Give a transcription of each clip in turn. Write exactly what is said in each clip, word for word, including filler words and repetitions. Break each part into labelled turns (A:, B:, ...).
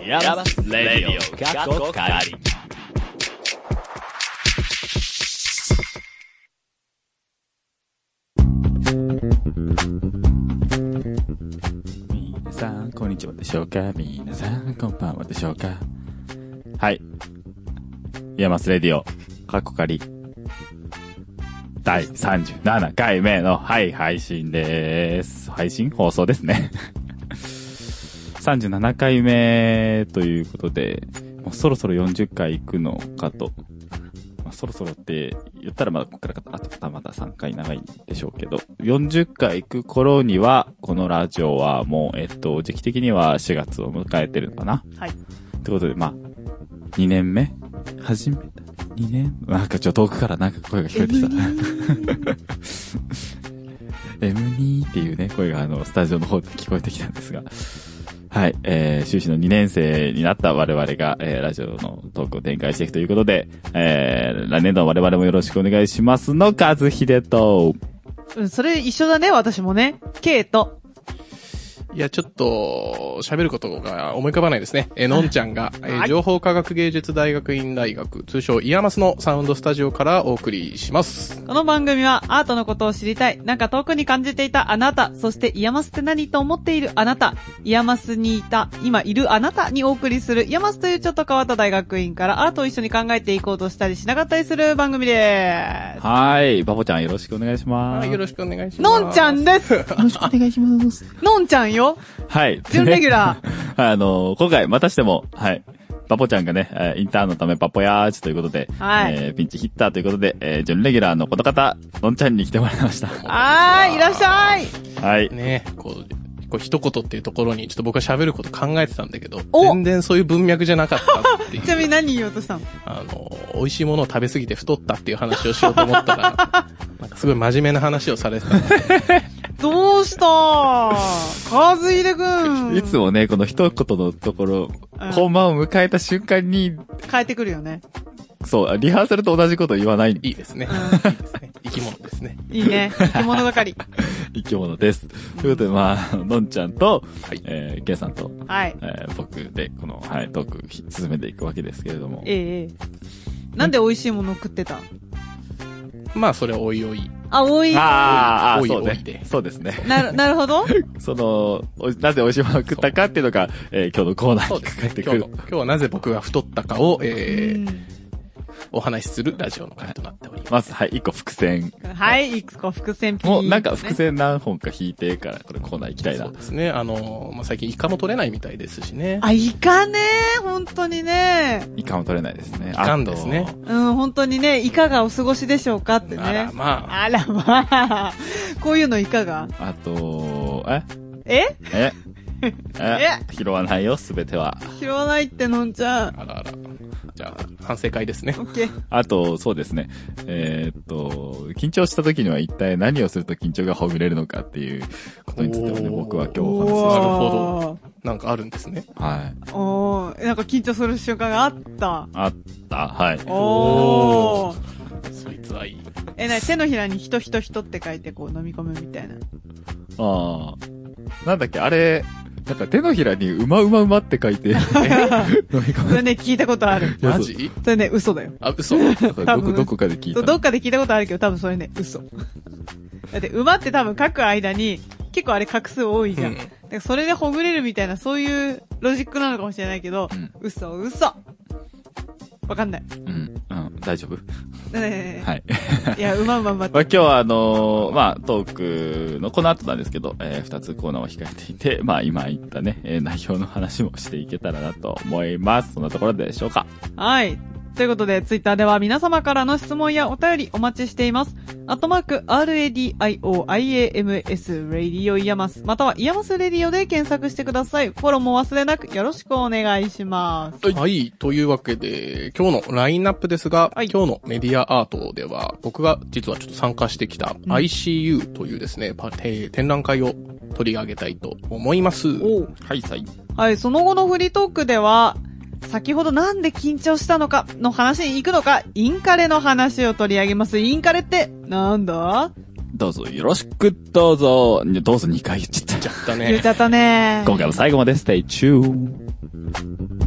A: ヤマスレディオ過去仮。
B: 皆さんこんにちはでしょうか。皆さんこんばんはでしょうか。はい、ヤマスレディオ過去仮だいさんじゅうななかいめの、はい、配信でーす。配信放送ですね。さんじゅうななかいめということで、もうそろそろよんじゅっかい行くのかと。まあ、そろそろって言ったらまだここからあとまださんかい長いんでしょうけど、よんじゅっかい行く頃には、このラジオはもう、えっと、時期的にはしがつを迎えてるのかな。
C: はい。
B: ということで、まあ、にねんめ始めたにねんなんかちょっと遠くからなんか声が聞こえてきた。エムに っていうね、声があの、スタジオの方で聞こえてきたんですが、はい、えー、修士のにねん生になった我々が、えー、ラジオのトークを展開していくということで、えー、来年度我々もよろしくお願いしますの、和秀と。
C: うん、それ一緒だね、私もね。K と。
D: いや、ちょっと、喋ることが思い浮かばないですね。えー、のんちゃんが、えー、情報科学芸術大学院大学、通称イヤマスのサウンドスタジオからお送りします。
C: この番組はアートのことを知りたい、なんか遠くに感じていたあなた、そしてイヤマスって何と思っているあなた、イヤマスにいた、今いるあなたにお送りするイヤマスというちょっと変わった大学院からアートを一緒に考えていこうとしたりしなかったりする番組でーす。
B: はい。バボちゃんよろしくお願いします。
D: はい、よろしくお願いします。
C: のんちゃんです。よろしくお願いします。のんちゃんよ。
B: はい。
C: 準レギュラ
B: ー。あの、今回またしても、はい。パポちゃんがね、インターンのためパポヤーチということで、
C: はい。
B: えー、ピンチヒッターということで、えー、準レギュラーのこの方、のんちゃんに来てもらいました。
C: はーい、いらっしゃい。
B: はい。
D: ね、こう、こう一言っていうところにちょっと僕は喋ること考えてたんだけど、全然そういう文脈じゃなかったっていう。
C: ちなみに何言おうとしたの？
D: あの、美味しいものを食べ過ぎて太ったっていう話をしようと思ったら、なんかすごい真面目な話をされてたんで。
C: どうしたー和秀くん。
B: いつもね、この一言のところ、うん、本番を迎えた瞬間に、
C: 変えてくるよね。
B: そう、リハーサルと同じこと言わない。
D: いいですね。うん、いいですね。生き物ですね。
C: いいね。生き物係。
B: 生き物です。ということで、まあ、のんちゃんと、はい、えー、ケイさんと、
C: はい、
B: えー、僕で、この、はい、トーク進めていくわけですけれども。
C: ええー。なんで美味しいものを食ってた？
D: まあ、それはおいおい。
C: あ、おい。
B: ああ、
D: おい
B: そうね。
D: おいで。
B: そうですね。
C: なる、なるほど。
B: その、なぜ美味しいものを食ったかっていうのが、えー、今日のコーナーにかかってくる。
D: 今日の、今日はなぜ僕が太ったかを、えー、お話しするラジオの回となっております。
B: まず、はい、一個伏線。
C: はい、一個伏線ピー、ね。
B: もうなんか伏線何本か引いてから、これコーナー行きたいな。
D: そうですね。あの、まあ、最近イカも取れないみたいですしね。
C: あ、イカね本当にね。
B: イカも取れないですね。
D: イカんですね。
C: うん、本当にね、いかがお過ごしでしょうかってね。
D: あらまあ。
C: あらまあ。こういうのいかが？
B: あと、え
C: え
B: えええ拾わないよ、すべては。
C: 拾わないってのんちゃん。
D: あらあら。じゃあ、反省会ですね。
C: オッケー。
B: あと、そうですね。えー、っと、緊張した時には一体何をすると緊張がほぐれるのかっていうことについてはね、僕は今日お話しする。
D: なるほど。なんかあるんですね。
B: はい。
C: おー、なんか緊張する瞬間があった。
B: あった、はい。
C: おー。
D: そいつはいい。
C: え、なに手のひらに人人人って書いてこう飲み込むみたいな。
B: ああ。なんだっけ、あれ、なんか手のひらにうまうまうまって書いて飲み込む。
C: それね、聞いたことある。
D: マジ？
C: それね、嘘だよ。
D: あ、嘘？
B: どこ、どこかで聞いた。
C: どっかで聞いたことあるけど、多分それね、嘘。だって、馬って多分書く間に、結構あれ画数多いじゃん。うん、だからそれでほぐれるみたいな、そういうロジックなのかもしれないけど、うん、嘘、嘘。わかんない。
B: うん、うん、大丈夫？
C: ね
B: はい。
C: いや、うまうまうまって。
B: まあ、今日はあのー、まあ、トークのこの後なんですけど、えー、二つコーナーを控えていて、まあ、今言ったね、えー、内容の話もしていけたらなと思います。そんなところでしょうか。
C: はい。ということで、ツイッターでは皆様からの質問やお便りお待ちしています。アットマーク、アールエーディーアイオーアイエーエムエス、ラディオイヤマス、またはイヤマスレディオで検索してください。フォローも忘れなくよろしくお願いします。
D: はい。はい、というわけで、今日のラインナップですが、はい、今日のメディアアートでは、僕が実はちょっと参加してきた アイシーユー というですね、うん、展覧会を取り上げたいと思います。
C: お
B: はい、はい。
C: はい、その後のフリートークでは、先ほどなんで緊張したのかの話に行くのか、インカレの話を取り上げます。インカレってなんだ？
B: どうぞよろしくどうぞ。どうぞにかい言っちゃった。
D: 言っちゃったね。
C: 言っちゃったね。
B: 今回も最後までステイチューン。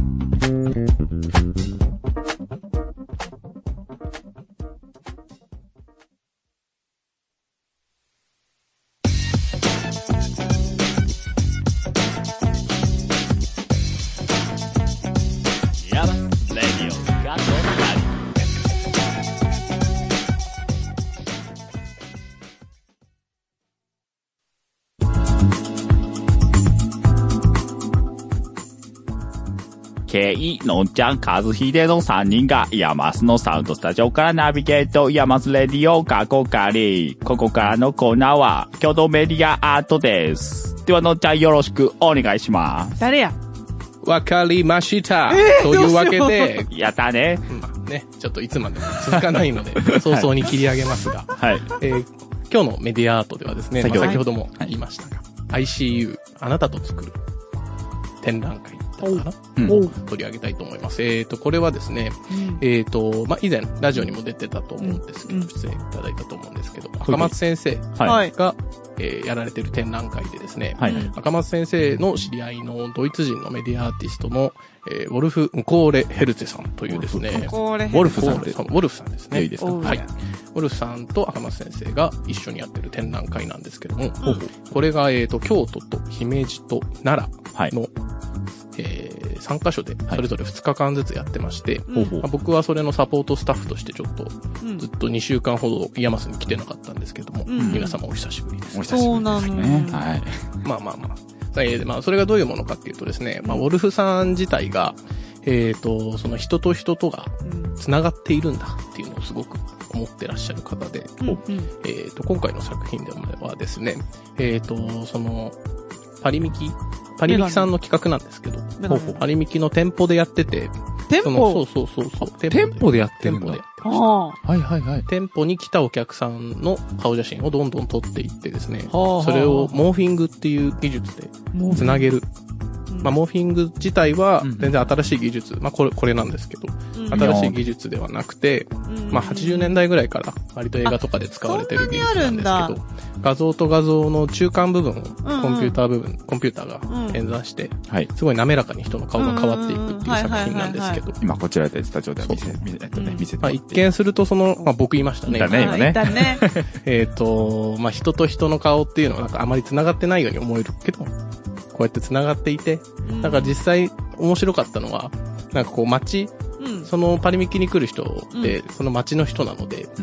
B: ケイ、のんちゃん、カズヒデのさんにんが、イヤマスのサウンドスタジオからナビゲート、イヤマスレディオ、過去仮。ここからのコーナーは、共同メディアアートです。では、のんちゃんよろしくお願いします。
C: 誰や
D: わかりました。
C: えー、
D: というわけで、
B: やったね。
D: まあね、ちょっといつまでも続かないので、早々に切り上げますが、
B: はい。
D: えー、今日のメディアアートではですね、
B: 先ほど,、
D: まあ、先ほども言いましたが、はい、アイシーユー、あなたと作る展覧会だったかな、うん、を取り上げたいと思います。えっ、ー、と、これはですね、うん、えっ、ー、と、まあ、以前ラジオにも出てたと思うんですけど、うん、出演いただいたと思うんですけど、赤松先生が、はい、えー、やられてる展覧会でですね、はい、赤松先生の知り合いのドイツ人のメディアアーティストの、えー、ウォルフ・コーレ・ヘルツェさんというですね、
C: ウ
B: ォルフさんです。
D: ウォルフさんですね。
B: いいですか？
D: はい。ウォルフさんと赤松先生が一緒にやってる展覧会なんですけども、うん、これが、えっ、ー、と、京都と姫路と奈良の、はい、えー、さんカ所でそれぞれふつかかんずつやってまして、はい、まあ、僕はそれのサポートスタッフとしてちょっとずっとにしゅうかんほどイヤマスに来てなかったんですけども、うん、皆様お久しぶりです。
B: お久しぶりですね。はい。
D: まあまあまあ。えー、まあそれがどういうものかっていうとですね、まあウォルフさん自体が、えっ、ー、と、その人と人とが繋がっているんだっていうのをすごく思ってらっしゃる方で、うんうん、えっ、ー、と、今回の作品ではですね、えっ、ー、と、その、パリミキパリミキさんの企画なんですけど、パリミキの店舗でやってて、
C: 店舗
D: そうそうそうそう。
B: 店舗でやってるんだ。
D: 店舗でやってました。
B: はいはいはい。
D: 店舗に来たお客さんの顔写真をどんどん撮っていってですね、それをモーフィングっていう技術でつなげる。まあ、モーフィング自体は全然新しい技術、まあ、これ、これなんですけど、新しい技術ではなくて、まあ、はちじゅうねんだいぐらいから割と映画とかで使われてる技術なんですけど、画像と画像の中間部分をコンピューター部分、コンピューターが演算して、すごい滑らかに人の顔が変わっていくっていう作品なんですけど、
B: 今こちらでスタジオで見せ、見せ、えっとね、見せて。
D: まあ、一見するとその、まあ、僕言いましたね。
B: だね、今ね。
D: えっと、まあ、人と人の顔っていうのはなんかあまり繋がってないように思えるけど、こうやって繋がっていて、だから実際面白かったのは、なんかこう街、うん、そのパリミキに来る人って、うん、その街の人なので、うん、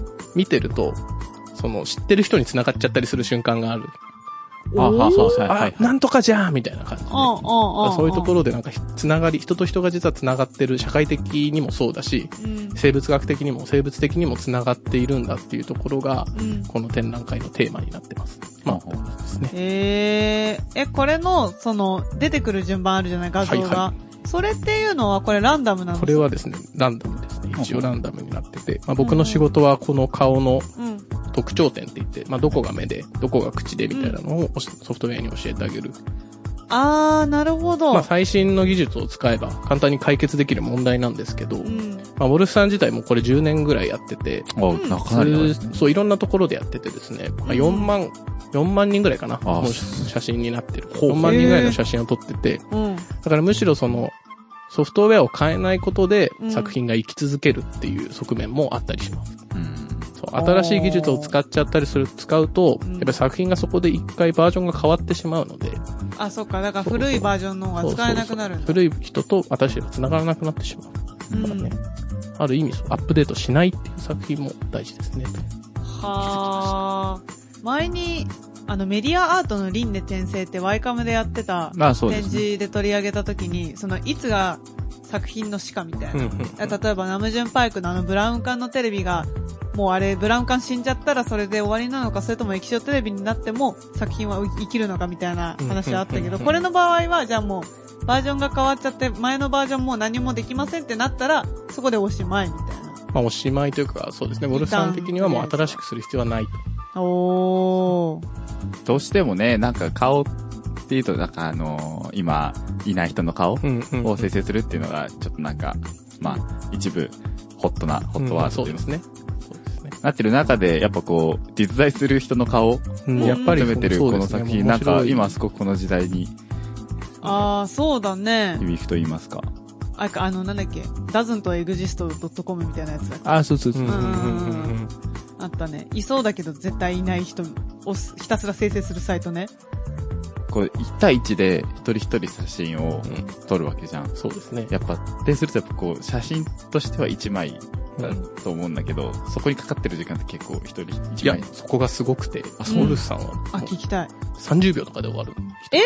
D: 見てると、その知ってる人に繋がっちゃったりする瞬間がある。
B: あ、はそうそう、
D: はい。なんとかじゃーみたいな感じで。そういうところでなんか繋がり、人と人が実は繋がってる、社会的にもそうだし、うん、生物学的にも生物的にも繋がっているんだっていうところが、うん、この展覧会のテーマになってます。まあ、ですね。
C: へー。え、これの、その、出てくる順番あるじゃない、画像が。はいはい、それっていうのはこれランダムなんですか？
D: これはですね、ランダムですね。一応ランダムになってて、まあ僕の仕事はこの顔の特徴点って言って、まあどこが目で、どこが口でみたいなのをソフトウェアに教えてあげる。
C: あー、なるほど。
D: まあ最新の技術を使えば簡単に解決できる問題なんですけど、うん、まあウォルフさん自体もこれじゅうねんぐらいやってて、
B: うん、かなりですね。
D: そういろんなところでやっててですね、まあよんまん、よんまんにんぐらいかな、もう写真になってる。よんまんにんぐらいの写真を撮ってて、うん、だからむしろその、ソフトウェアを変えないことで作品が生き続けるっていう側面もあったりします。うん、そう新しい技術を使っちゃったりする、使うと、やっぱり作品がそこで一回バージョンが変わってしまうので。
C: あ、そっか。だから古いバージョンの方が使えなくなるんだ。
D: 古い人と私が繋がらなくなってしまう。だからね、うん、ある意味アップデートしないっていう作品も大事ですね。
C: はー。前に、あのメディアアートの輪廻転生ってワイカムでやってた展示で取り上げたときに、そのいつが作品のしかみたいな。例えばナムジュンパイクのあのブラウン管のテレビが、もうあれブラウン管死んじゃったらそれで終わりなのか、それとも液晶テレビになっても作品は生きるのかみたいな話はあったけど、これの場合はじゃあもうバージョンが変わっちゃって前のバージョンもう何もできませんってなったらそこでおしまいみたいな。
D: まあおしまいというかそうですね、ウォルフさん的にはもう新しくする必要はないと。
C: おー。
B: どうしてもね、なんか顔っていうと、なんかあのー、今、いない人の顔を生成するっていうのが、ちょっとなんか、まあ、一部、ホットな、ホットワードっていうの、うん、そうですね。そうですね。なってる中で、やっぱこう、実在する人の顔を求めてるこの作品、なんか今すごくこの時代に、
C: ああ、そうだね。
B: 響くと言いますか。
C: あ、あの、なんだっけ、doesn't exist ドットコム みたいなやつだっけ。
B: あ、そうそうそう。うん
C: あったね。いそうだけど絶対いない人をひたすら生成するサイトね。
B: こう、一対一で一人一人写真を撮るわけじゃん。
D: うん、そうですね。
B: やっぱ、でするとやっぱこう、写真としてはいちまいだと思うんだけど、うん、そこにかかってる時間って結構一人一枚。い
D: や、そこがすごくて、あ、ソウルフさんは。
C: あ、聞きたい。
D: さんじゅうびょうとかで終わる。
C: え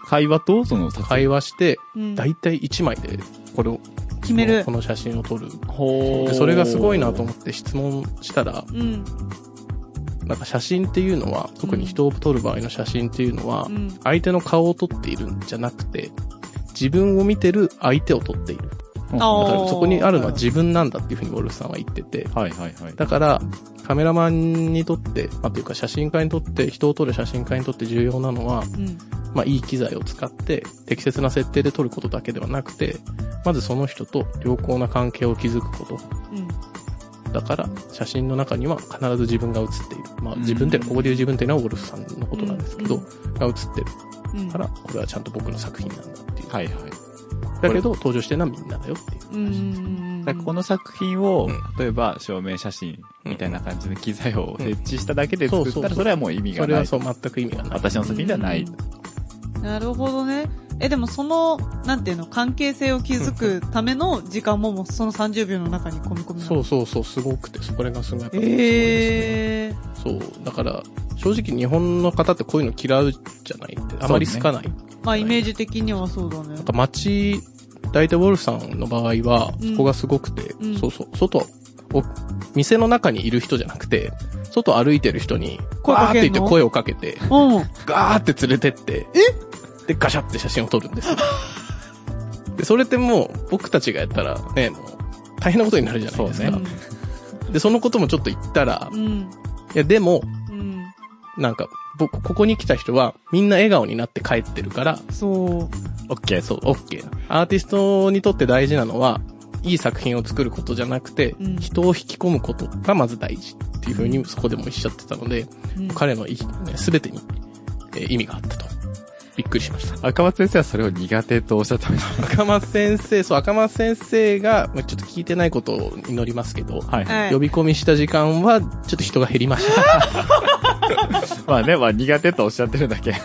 B: 会話とその撮影。
D: 会話して、
C: うん
D: だいたいいちまいでこれを
C: 決める
D: この写真を撮る。
B: ほー
D: でそれがすごいなと思って質問したら、
C: うん。
D: なんか写真っていうのは、特に人を撮る場合の写真っていうのは、
C: うん
D: 相手の顔を撮っているんじゃなくて、自分を見てる相手を撮っている。
C: あ
D: だから
C: ー
D: そこにあるのは自分なんだっていうふうにウォルフさんは言ってて、
B: はいはいはい。
D: だからカメラマンにとって、まあというか写真家にとって、人を撮る写真家にとって重要なのは、
C: うん。
D: まあいい機材を使って適切な設定で撮ることだけではなくて、まずその人と良好な関係を築くこと。
C: うん。
D: だから写真の中には必ず自分が写っている。まあ自分って、ここで言う自分っていうのはウォルフさんのことなんですけど、
C: うん
D: が写ってる
C: うん。
D: から、これはちゃんと僕の作品なんだっていう。
B: はいはい。
D: だけど登場してるのはみんなだよっていう。
C: うん。
B: だからこの作品を、
D: うん
B: 例えば証明写真みたいな感じの機材を設置しただけで作ったら、
D: うんそうそうそう
B: それはもう意味がない。
D: それはそう全く意味がない。
B: 私の作品ではない。
C: なるほどね。え、でもその、なんていうの、関係性を築くための時間ももうそのさんじゅうびょうの中に込み込みなの
D: そうそうそう、すごくて、それがすごいやっぱりすごいですね。
C: ええ
D: そう。だから、正直日本の方ってこういうの嫌うじゃないって、あまり好かない。
C: ー。まあイメージ的にはそうだね
D: なん。か街、大体ウォルフさんの場合は、
C: うん
D: そこがすごくて、
C: うん
D: そうそう、外、お店の中にいる人じゃなくて、外歩いてる人に、
C: 声かけんの
D: バーって言って声をかけて、
C: うん。
D: ガーって連れてって、で、ガシャって写真を撮るんですよ。で、それってもう、僕たちがやったら、ね、もう、大変なことになるじゃないですか。
B: そう
D: で、そのこともちょっと言ったら、い
C: うん。
D: や、でも、
C: うん。
D: なんか、僕、ここに来た人は、みんな笑顔になって帰ってるから、
C: そう。
B: オッケー。
D: そう、オッケー。アーティストにとって大事なのは、いい作品を作ることじゃなくて、
C: うん
D: 人を引き込むことがまず大事っていうふうにそこでもおっしゃってたので、
C: うん
D: 彼のすべてに、えー意味があったと。びっくりしました。
B: 赤松先生はそれを苦手とおっしゃったんです
D: 赤松先生、そう、赤松先生が、まあちょっと聞いてないことを祈りますけど、
B: はい。
C: はい
D: 呼び込みした時間は、ちょっと人が減りました。
B: まあね、まあ苦手とおっしゃってるだけ。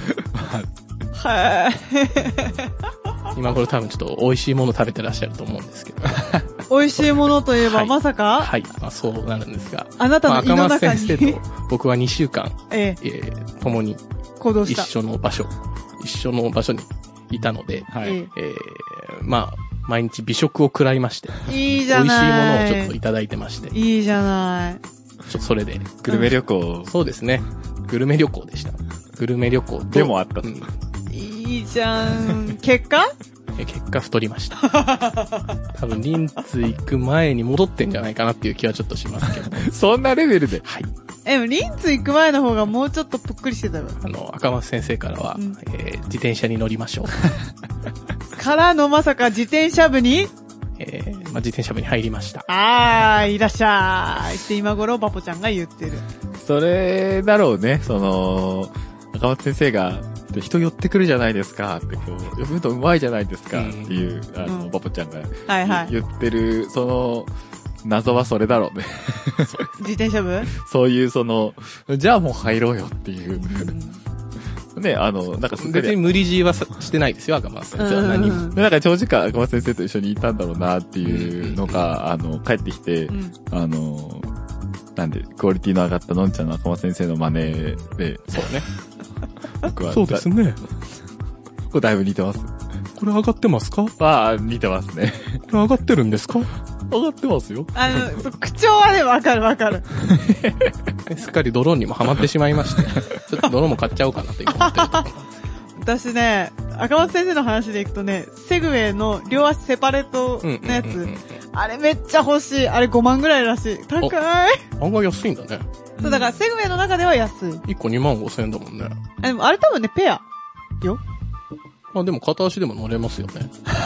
C: はい。
D: 今頃多分ちょっと美味しいもの食べてらっしゃると思うんですけど。
C: 美味しいものといえば、
D: はい
C: まさか、
D: はい。まあそうなるんですが。
C: あなたの胃の
D: まあ赤
C: 中に、
D: 松先生と僕はにしゅうかん、
C: ええ、
D: えー、共に一
C: 行動した。
D: 緒の場所、一緒の場所にいたので、
B: はい。
C: え
D: えー、まあ、毎日美食を食らいまして、
C: えいい
D: 美味しいも
C: じゃない。
D: のをちょっといただいてまして、ちょ
C: いいじゃない。
D: っとそれで、
B: グルメ旅行
D: そうですね、グルメ旅行でした。グルメ旅行と
B: でもあった。
D: うん
C: いいじゃん。結果
D: え結果太りました。多分、リンツ行く前に戻ってんじゃないかなっていう気はちょっとしますけど。
B: そんなレベルで。
D: はい。
C: え、でもリンツ行く前の方がもうちょっとぷっくりしてたよ。
D: あの、赤松先生からは、
C: うん
D: えー自転車に乗りましょう。
C: からのまさか自転車部に
D: えーまあ、自転車部に入りました。
C: あー、いらっしゃいって今頃バポちゃんが言ってる。
B: それだろうね、その、赤松先生が、人寄ってくるじゃないですかって、こう、呼ぶのうまいじゃないですかっていう、あの、
C: うん
B: バポちゃんが
C: はいはい。
B: 言ってる、その、謎はそれだろうね。
C: 自転車部
B: そういう、その、じゃあもう入ろうよっていう。ね、あの、なんかす
D: 別に無理強いはさしてないですよ、赤松先生は何も。
B: なんか長時間赤松先生と一緒にいたんだろうなっていうのが、あの、帰ってきて、
C: うん。
B: あの、なんで、クオリティの上がったのんちゃんの赤松先生の真似で、
D: そうね。
B: 僕は、
D: そうですね。
B: これだいぶ似てます。
D: これ上がってますか？こ
B: ああ、似てますね。
D: れ上がってるんですか？
B: 上がってますよ。
C: あの、そう口調はね、わかるわかる。
D: すっかりドローンにもハマってしまいまして、ちょっとドローンも買っちゃおうかなと今思ってるところなんです。
C: 私ね、赤松先生の話でいくとね、セグウェイの両足セパレート
D: うん
C: のやつ、
D: うんうんうん
C: あれめっちゃ欲しい。あれごまんぐらいらしい。高い。
D: 案外安いんだね。
C: そう、だからセグウェイの中では安い。
D: いっこにまんごせんえんだもんね。
C: あでもあれ多分ね、ペア。よ。
D: まあでも片足でも乗れますよね。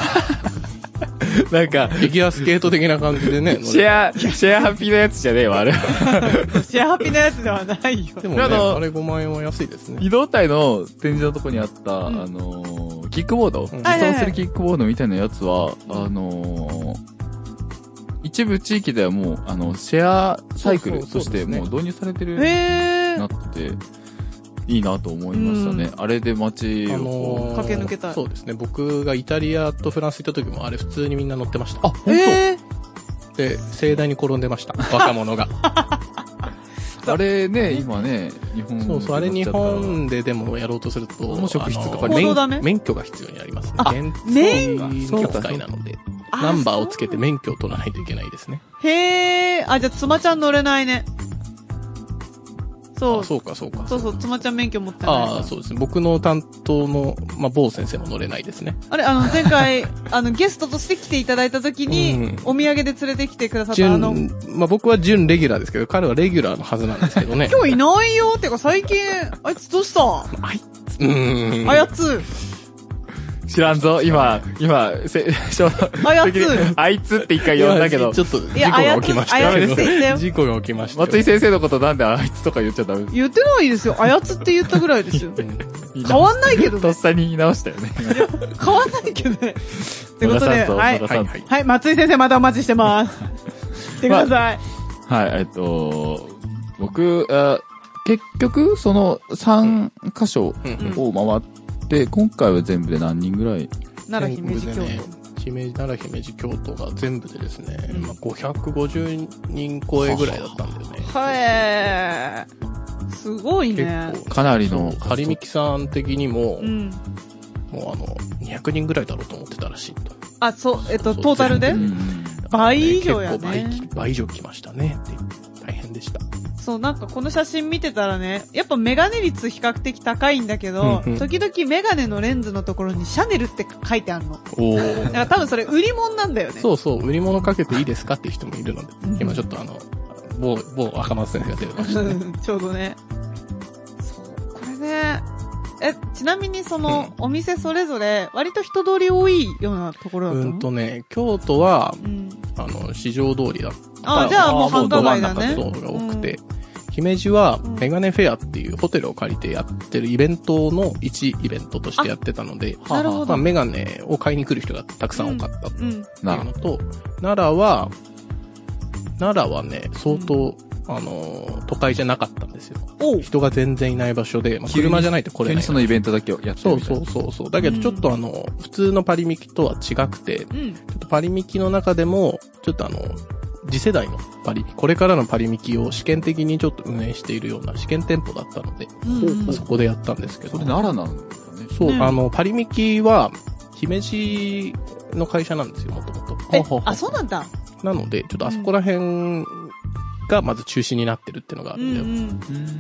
B: なんか、
D: フィギュアスケート的な感じでね。乗れ
B: シェア、シェアハッピーなやつじゃねえわ、あれ。
C: シェアハピなやつではないよ。
D: でもね、
B: あの
D: あれごまんえんは安いですね。
B: 移動体の展示のとこにあった、
C: ん
B: あのー、キックボード、自
C: はいはい
B: 走するキックボードみたいなやつは、あのー、一部地域ではもう、あの、シェアサイクルとしてもう導入されてる
C: へー。
B: なってて、いいなと思いましたね。あれで街を
D: あの
B: こ
D: ー
C: 駆け抜けたい
D: そうですね。僕がイタリアとフランス行った時もあれ普通にみんな乗ってました。あ、
C: えー。
D: で、盛大に転んでました。若者が。
B: あれね、今ね、日本
D: そうそう、あれ日本ででもやろうとすると、
B: もう職質かか
C: る。
D: 免免許が必要になりますね。
C: あ、
D: 免許使いなので、ナンバーをつけて免許を取らないといけないですね。
C: へー。あ、じゃあ、つまちゃん乗れないね。そう。
D: そうか、そうか。
C: そうそう、つまちゃん免許持ってない。
D: ああ、そうですね。僕の担当の、まあ、某先生も乗れないですね。
C: あれ、あの、前回、あの、ゲストとして来ていただいたときに、うん、お土産で連れてきてくださったあの、
D: まあ、僕は準レギュラーですけど、彼はレギュラーのはずなんですけどね。
C: 今日いないよってか、最近、あいつどうしたあ
D: いつ、うーん。
C: あやつ。
B: 知らんぞ、今、今、せ、しょ、
C: あやつ。
B: あいつって一回呼んだけど。
D: ちょっと、事故が起きましたよ。
C: あやつって言ったよ。
D: 事故が起きましたよ。
B: 松井先生のことなんであいつとか言っちゃダメ？
C: 言ってないですよ。あやつって言ったぐらいですよ。変わんないけどね。
B: とっさに言い直したよね。
C: 変わんないけどね。ってことで、はい。
B: はい。
C: はい、松井先生またお待ちしてます。来てください。
B: まあ、はい、えっと、僕、あ結局、そのさん箇所を回って、うん、今回は全部で何人ぐらい？
C: 奈良姫路京都。
D: 姫路、奈良姫路京都が全部でですね、うん、まあ、ごひゃくごじゅうにん超えぐらいだったんだよね。
C: へー。すごいね。
B: 結構かなりの。
D: カリミキさん的にも、
C: うん、
D: もうあの、にひゃくにんぐらいだろうと思ってたらしいと。
C: あ、そう、えっと、トータルで、うん、倍以上やね。
D: 結構倍、倍以上来ましたねって大変でした。
C: そう、なんかこの写真見てたらね、やっぱメガネ率比較的高いんだけど、うんうん、時々メガネのレンズのところにシャネルって書いてあるの。
D: お
C: だから多分それ売り物なんだよね。
D: そうそう、売り物かけていいですかっていう人もいるので、うん、今ちょっとあの、某、某赤松先生が出てましたね。
C: ちょうどね。そう、これね、え、ちなみにその、お店それぞれ、割と人通り多いようなところだったの？
D: うんとね、京都は、うん、あの、市場通りだった。
C: あ、じゃあもう繁華街だね。
D: ど真ん中の道路が多くて、うん、姫路はメガネフェアっていうホテルを借りてやってるイベントの一イベントとしてやってたので、
C: なるほど。
D: まあ、メガネを買いに来る人がたくさん多かったっていうのと、うんうん、奈良は、奈良はね、相当、うん、あの、都会じゃなかったんですよ。人が全然いない場所で、まあ、車じゃないと来れない。
B: 急にそのイベントだけをやってるみたいな。
D: そうそうそうそう。だけどちょっとあの、うん、普通のパリミキとは違くて、うん、ちょっとパリミキの中でも、ちょっとあの、次世代のパリミキ、これからのパリミキを試験的にちょっと運営しているような試験店舗だったので、うんまあ、そこでやったんですけど。
B: それ奈良なんだよね。
D: そう、うん、あの、パリミキは、姫路の会社なんですよ、もともと。
C: え、あ、そうなんだ。
D: なので、ちょっとあそこら辺がまず中心になってるっていうのがあるんで、うんうん、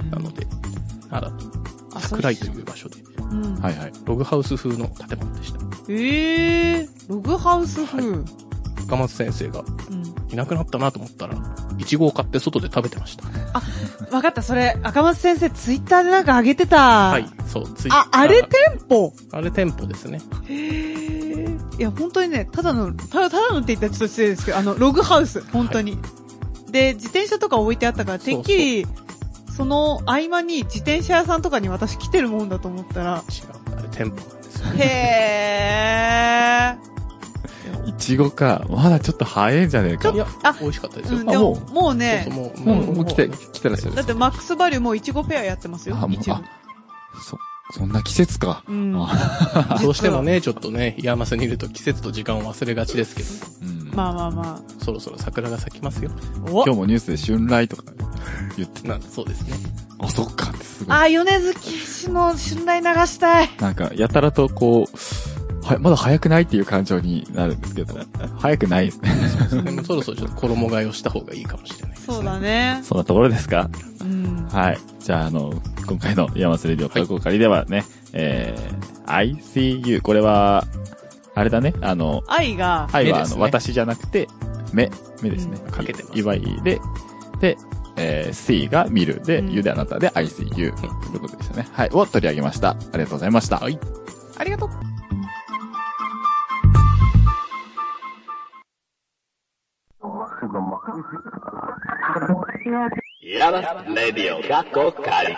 D: なので、奈良と桜井という場所で、うん、はいはい、ログハウス風の建物でした。
C: ええー、ログハウス風。はい、
D: 赤松先生がいなくなったなと思ったら、イチゴを買って外で食べてました。
C: あ、わかった。それ、赤松先生ツイッターでなんか上げてた。
D: はい、そう、ツイッター。
C: あ、あれ店舗
D: あれ店舗ですね。
C: へー。いや、本当にね、ただの、ただ、ただのって言ったらちょっと失礼ですけど、あの、ログハウス、本当に。はい、で、自転車とか置いてあったから、てっきり、そうそう、その合間に自転車屋さんとかに私来てるもんだと思ったら。
D: 違う、あれ店舗なんですよ。
C: へー。
B: いちごか。まだちょっと早いんじゃねえか。
D: いや、あ、美味しかったですよ。うん、
C: でも、もうね、
B: そうそうもう、もう、もう来て、来てらっしゃる。
C: だってマックスバリューもういちごペアやってますよ。
B: あ、もう、あ、そ、そんな季節か。
C: うん。
D: どうしてもね、ちょっとね、イヤマスにいると季節と時間を忘れがちですけど。
C: うん。まあまあまあ。
D: そろそろ桜が咲きますよ。
B: 今日もニュースで春雷とか言って
D: た。そうですね。
B: あ、そっかってすごい。
C: あ、米月市の春雷流したい。
B: なんか、やたらとこう、は、まだ早くないっていう感情になるんですけど、早くないですね。
D: でもそろそろちょっと衣替えをした方がいいかもしれないですね。
C: そうだね。
B: そんなところですか？
C: うん。
B: はい。じゃあ、あの、今回のイヤマスレディオ過去仮ではね、はい、えー、アイシーユー、これは、あれだね、あの、
C: 愛が、
B: 愛は、あの、私じゃなくて、目、目ですね。
D: うん、かけてます、
B: ね。いわいで、で、えー、C が見るで、うん、U であなたで アイシーユー ということでしたね。はい。を取り上げました。ありがとうございました。
D: はい。
C: ありがとう。
A: ヤマスレディオ過去仮。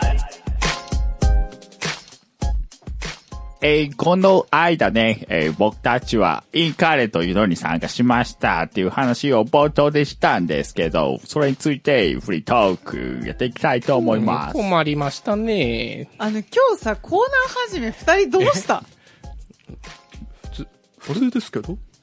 B: えー、この間ね、えー、僕たちはインカレというのに参加しましたっていう話を冒頭でしたんですけど、それについてフリートークやっていきたいと思います。
D: うん、困りましたね。
C: あの、今日さ、コーナー始め二人どうした
D: 普通、普通ですけど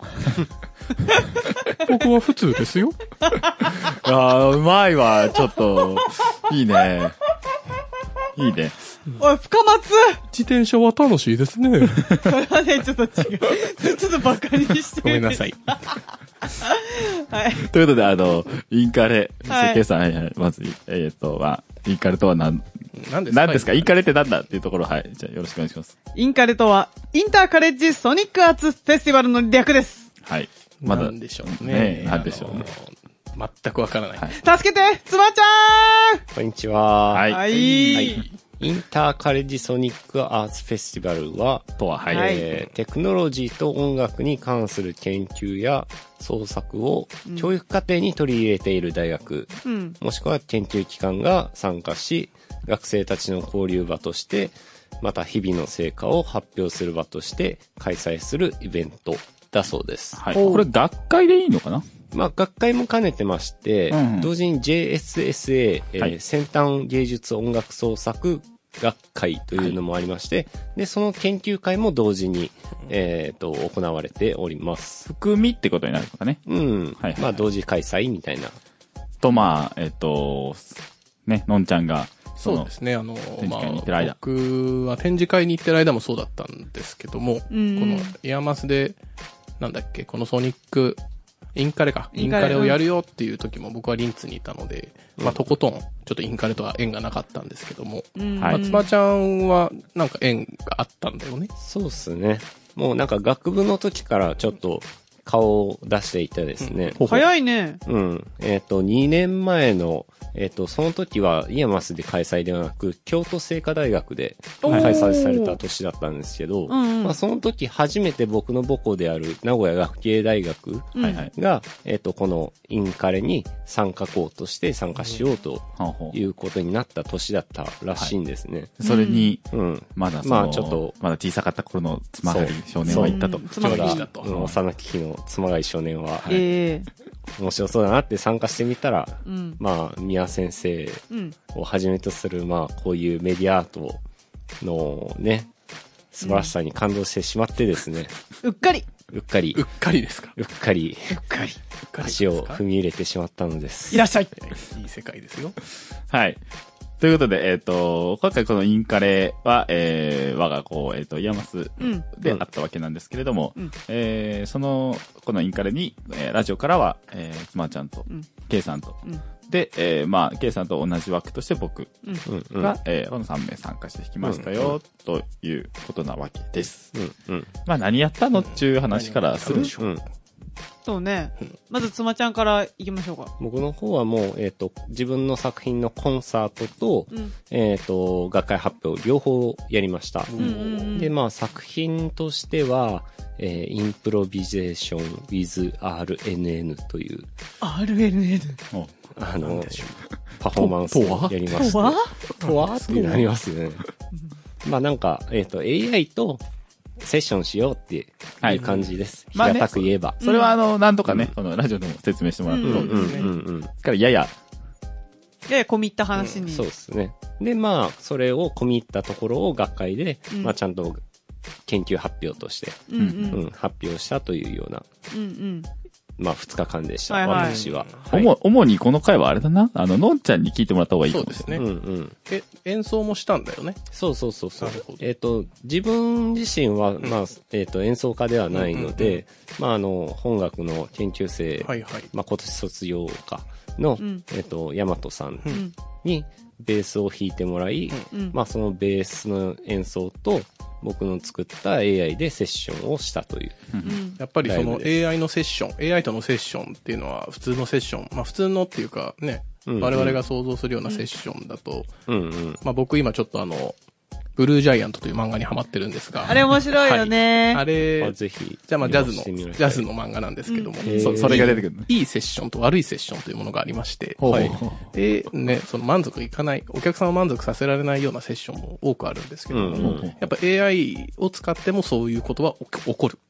D: 僕は普通ですよ。
B: あー、うまいわ、ちょっと。いいね。いいね。
C: おい、深松
D: 自転車は楽しいですね。
C: それはね、ちょっと違う。それちょっとバカにしてる。
D: ごめんなさい。
C: はい。
B: ということで、あの、インカレ、
C: はい
B: ケイさん、はいはい、まず、えっと、まあ、インカレとは何、
D: 何ですか
B: 何ですかインカレって何だっていうところ、はい。じゃあよろしくお願いします。
C: インカレとは、インターカレッジソニックアーツフェスティバルの略です。
B: はい。まだ。
D: なんでしょうね。
B: ねなんでしょうね。
D: あの全くわからない。
B: はい
C: 助けてつばちゃ
E: こんにちは。
B: はい
C: ーんはい。
E: はいインターカレッジソニックアーツフェスティバルは、
B: とは、はい。
E: えーテクノロジーと音楽に関する研究や創作を教育課程に取り入れている大学、
C: うん。
E: もしくは研究機関が参加し、学生たちの交流場として、また日々の成果を発表する場として開催するイベントだそうです。
B: はい。これ、学会でいいのかな
E: まあ、学会も兼ねてまして、
B: うんうん
E: 同時に ジェイエスエスエー、えー
B: はい
E: 先端芸術音楽創作学会というのもありまして、で、その研究会も同時に、えっ、と、行われております。
B: 含みってことになるのかね。
E: うん。
B: はいはい
E: まあ、同時開催みたいな。
B: と、まあ、えっと、ね、のんちゃんが、その
D: そうで、すね。あの、
B: 示
D: ま
B: 会に行ってる間
D: あ、僕は展示会に行ってる間もそうだったんですけども、こ
C: ん
D: のイヤマスで、なんだっけ、このソニック、インカレか。イン
C: インカレ
D: カレをやるよっていう時も僕はリンツにいたので、まあ、とことん、ちょっとインカレとは縁がなかったんですけども、
C: うん。
B: はい
D: まあ、つばちゃんは、なんか縁があったんだよね。
E: そうっすね。もうなんか学部の時からちょっと顔を出していてですね。
B: ほうほう
C: 早いね。
E: うん。えっ、と、にねんまえの、えっ、と、その時はイヤマスで開催ではなく、京都精華大学で開催された年だったんですけど、
C: うんうん
E: まあ、その時初めて僕の母校である名古屋学芸大学
B: はいはい。
E: が、えっ、と、このインカレに参加校として参加しようと
B: ほうほう
E: いうことになった年だったらしいんですね。
B: それに、
E: うん。
B: まだその、
E: まあちょっと
B: まだ小さかった頃のつまがり
E: そう
B: 少年は言ったと
C: そう。つまがり
D: そうだと
E: うん幼き日の妻が一少年は、
C: ええ
E: 面白そうだなって参加してみたら、
C: うん。
E: まあ、宮先生
C: うん。
E: をはじめとする、まあ、こういうメディアアートのね、素晴らしさに感動してしまってですね、
C: うっかり。
E: うっかり
D: うっ、かりですか。
E: うっかり、
C: うっかり。
E: 足を踏み入れてしまったのです。
C: いらっしゃい。
D: いい世界ですよ。
B: はい。ということで、えっ、と、今回このインカレは、えー、我がこう、えっ、と、イヤマス
C: うん。
B: であったわけなんですけれども、
C: うん
B: えー、その、このインカレに、えー、ラジオからは、えー、つまちゃんと、
C: うん。
B: ケイさんと、
C: うん。
B: で、えー、まあ、ケイさんと同じ枠として僕
C: うん。
E: うん、うん。
B: が、えー、このさん名参加して弾きましたよ、ということなわけです。
E: うん、うん。
B: まあ、何やったのっちゅう話からする。
E: うん。
C: そうね。まず、つまちゃんから行きましょうか。
E: 僕の方はもう、えっ、と、自分の作品のコンサートと、
C: うん。
E: えっ、と、学会発表両方やりました。
C: うんうんうん。
E: で、まあ作品としては、えーインプロビゼーション with アールエヌエヌ という、
C: アールエヌエヌ。
B: お
E: あの、パフォーマンスをやりまして。
C: とは
E: とはってなりますよね。まあなんか、えっ、と、エーアイ とセッションしようっていう感じです。
B: まあね
E: 平たく言えば。
B: それはあの、なんとかね、このラジオでも説明してもらった
C: うん
B: と、
E: うんうんうん。
B: からやや、
C: やや込み入った話に。
E: そうですね。で、まあ、それを込み入ったところを学会で、
C: うん
E: まあちゃんと研究発表として、
C: うんうん。
E: うん、発表したというような、
C: うんうん。
E: まあ二日間でした、
C: はいはい
E: 私は。はい
B: 主主にこの回はあれだな、あの、のんちゃんに聞いてもらった方がいいかもしれない。
D: そうですね
E: うんうん。
D: え、演奏もしたんだよね。
E: そうそうそうそう
D: なるほど。
E: えっ、と、自分自身は、まあ、えっ、と、演奏家ではないので、
D: うんうん
E: まあ、あの、本楽の研究生、
D: はいはい。
E: まあ、今年卒業かの、
C: うん
E: えっ、と、大和さん
D: う
C: うん。
E: にベースを弾いてもらい、
C: うん。
E: まあ、そのベースの演奏と、僕の作った エーアイ でセッションをしたという。
C: うん。
D: やっぱりその
E: ライブです
D: エーアイ のセッション、エーアイ とのセッションっていうのは普通のセッション、まあ普通のっていうかね、
E: うんうん
D: 我々が想像するようなセッションだと、
E: うんうん。
D: まあ僕今ちょっとあの、ブルージャイアントという漫画にハマってるんですが、
C: あれ面白いよね。
D: あれ、
E: あぜひ。
D: じゃあまあジャズの、ジ
E: してみましょう
D: ャズの漫画なんですけども、
C: うん
B: そ、それが出てくるの。
D: いいセッションと悪いセッションというものがありまして、
B: ほう
D: はい。で、ね、その満足いかない、お客さんを満足させられないようなセッションも多くあるんですけども、
E: うんうん
D: やっぱ エーアイ を使ってもそういうことは起起こる。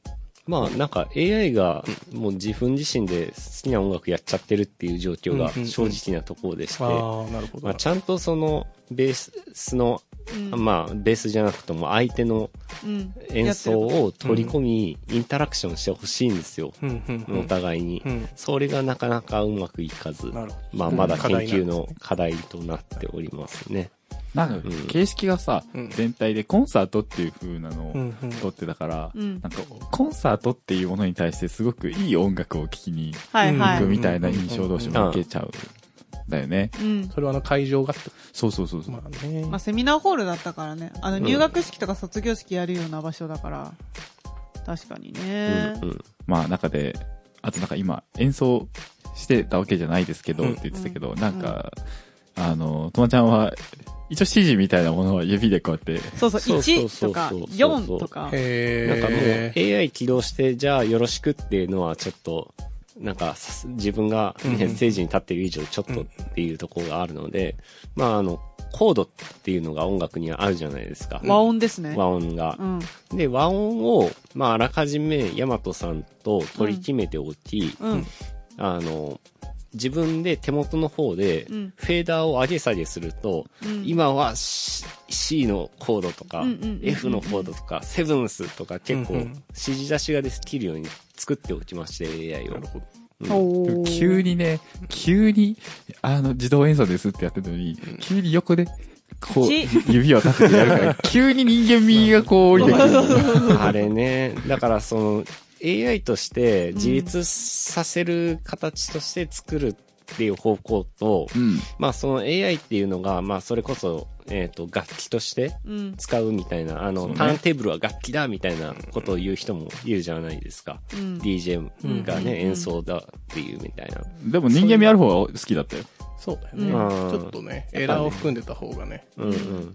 E: まあなんか エーアイ がもう自分自身で好きな音楽やっちゃってるっていう状況が正直なところでして、
D: ああ、なるほど。
E: まあちゃんとそのベースの、
C: うん、
E: まあベースじゃなくても相手の演奏を取り込み、インタラクションしてほしいんですよ。
D: うんうんうん、
E: お互いに、うん。それがなかなかうまくいかず、まあまだ研究の課題となっておりますね。
B: なんか、形式がさ、うん、全体でコンサートっていう風なのを撮ってたから、
C: うん、
B: なんか、コンサートっていうものに対してすごくいい音楽を聴きに行くみたいな印象同士も受けちゃう。だよね。
C: うん。
D: それはあの会場がって。
B: そうそうそうそう。
D: まあね。
C: まあセミナーホールだったからね。あの入学式とか卒業式やるような場所だから。確かにね。
B: うんうん、まあ中で、あとなんか今演奏してたわけじゃないですけど、うん、って言ってたけど、うん、なんか、うん、あの、とまちゃんは、一応指示みたいなものは指でこうやって。
C: そうそう、いちとかよんとか。
E: へー。なんかもう エーアイ 起動して、じゃあよろしくっていうのはちょっと、なんか自分が、ね、ステージに立っている以上ちょっとっていうところがあるので、うん、まああの、コードっていうのが音楽にはあるじゃないですか。
C: 和音ですね。
E: 和音が。
C: うん、
E: で、和音を、まああらかじめヤマトさんと取り決めておき、
C: うんうん、
E: あの、自分で手元の方で、フェーダーを上げ下げすると、うん、今は C, C のコードとか、うんうんうんうん、F のコードとか、セブンスとか結構指示出しができるように作っておきまして、エーアイ を。なるほど。
B: うん、急にね、急に、あの、自動演奏ですってやってるのに、うん、急に横で、こう、指を立ててやるから、急に人間味がこう降りてくる。
E: あれね、だからその、エーアイ として自立させる形として作るっていう方向と、うん、まあその エーアイ っていうのが、まあそれこそ、えっと、楽器として使うみたいな、うん、あの、ね、ターンテーブルは楽器だみたいなことを言う人もいるじゃないですか。うん、ディージェー がね、うん、演奏だっていうみたいな。
B: でも人間味ある方が好きだったよ。
D: そうだよね、うん。ちょっとね、エラーを含んでた方がね。
E: うんうん。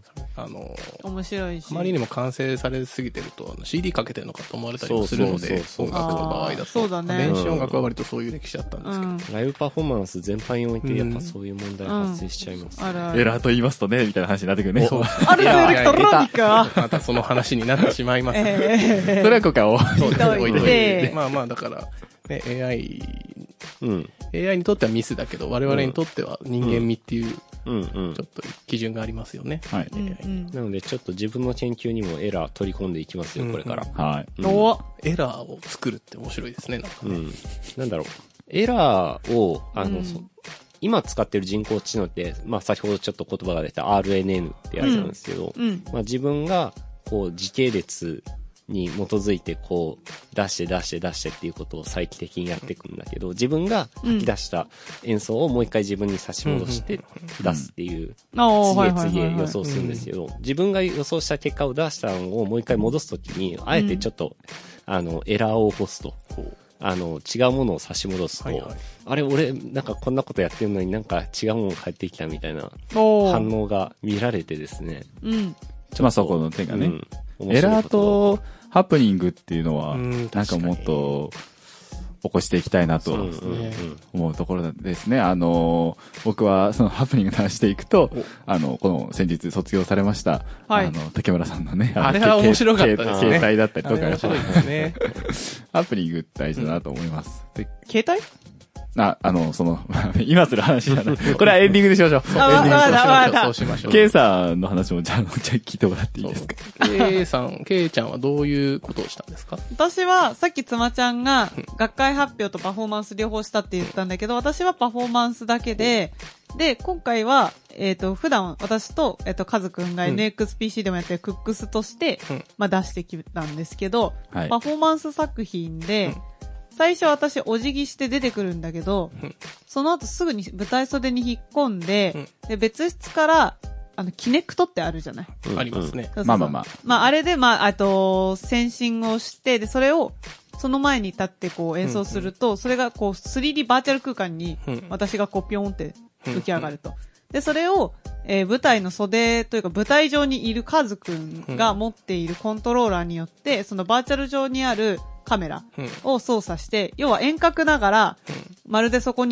D: あのー、
C: 面白いし。
D: あまりにも完成されすぎてると、シーディー かけてるのかと思われたりもするので、音楽の場合だと。
C: そうだね。
D: 電子音楽は割とそういう歴史だったんですけど。うん、
E: ライブパフォーマンス全般において、やっぱそういう問題発生しちゃいます、ね
C: うんうん、
B: エラーと言いますとね、みたいな話になってくるね。そう
C: アルスエレクトロニカ
D: またその話になってしまいます、ね。
C: えー、
B: それはこかを。
D: そうですね、置いといて。まあまあ、だから、ね、エーアイ、
E: うん。
D: エーアイ にとってはミスだけど、我々にとっては人間味っていう、
E: うんうん、
D: ちょっと基準がありますよね。
B: はい。
C: うんうん、
E: なので、ちょっと自分の研究にもエラー取り込んでいきますよ、これから。
B: うんうん、はい、
C: うん。お
D: エラーを作るって面白いですね、なんかね。
E: うん。なんだろう。エラーを、あの、うん、今使ってる人工知能って、まあ先ほどちょっと言葉が出た アールエヌエヌ ってやつなんですけど、
C: うんうん、
E: まあ自分が、こう、時系列、に基づいてこう出して出して出してっていうことを再帰的にやっていくんだけど、自分が書き出した演奏をもう一回自分に差し戻して出すっていう、次へ次へ予想するんですけど、自分が予想した結果を出したのをもう一回戻すときに、あえてちょっと、あの、エラーを起こすと。あの、違うものを差し戻すと、はいはい、あれ、俺、なんかこんなことやってるのになんか違うものが返ってきたみたいな反応が見られてですね。
C: うん。
B: まあそこの点がね。うん、エラーと、ハプニングっていうのは、なんかもっと起こしていきたいなと思うところですね。あの、僕はそのハプニングの話していくと、あの、この先日卒業されました、
C: はい、
B: あの、竹村さんのね、
D: あれは面白かったですね。
B: 携帯だったりとか、
D: 面白いですね。
B: ハプニング大事だなと思います。
C: うん、携帯
B: あ、あの、その、今する話じゃない。これはエンディングでしましょう。
C: そう、エンディングでしま
D: しょう。そうしましょう。
B: K さんの話もじゃあ、じゃあ聞いてもらっていいですか。
D: K さん、K ちゃんはどういうことをしたんですか？
C: 私は、さっき妻ちゃんが、学会発表とパフォーマンス両方したって言ったんだけど、私はパフォーマンスだけで、で、今回は、えっと、普段私と、えっと、カズくんが エヌエックスピーシー でもやってるクックスとして、まあ出してきたんですけど、パフォーマンス作品で、最初私お辞儀して出てくるんだけど、うん、その後すぐに舞台袖に引っ込んで、うん、で別室から、あの、キネクトってあるじゃない、
D: うん、ありますね。
B: まあまあまあ。
C: まああれで、まあ、あと、先進をして、で、それを、その前に立ってこう演奏すると、うんうん、それがこう スリーディー バーチャル空間に、私がこうピョンって浮き上がると。で、それを、えー、舞台の袖というか舞台上にいるカズくんが持っているコントローラーによって、そのバーチャル上にあるカメラを操作して、要は遠隔ながら、まるでそこに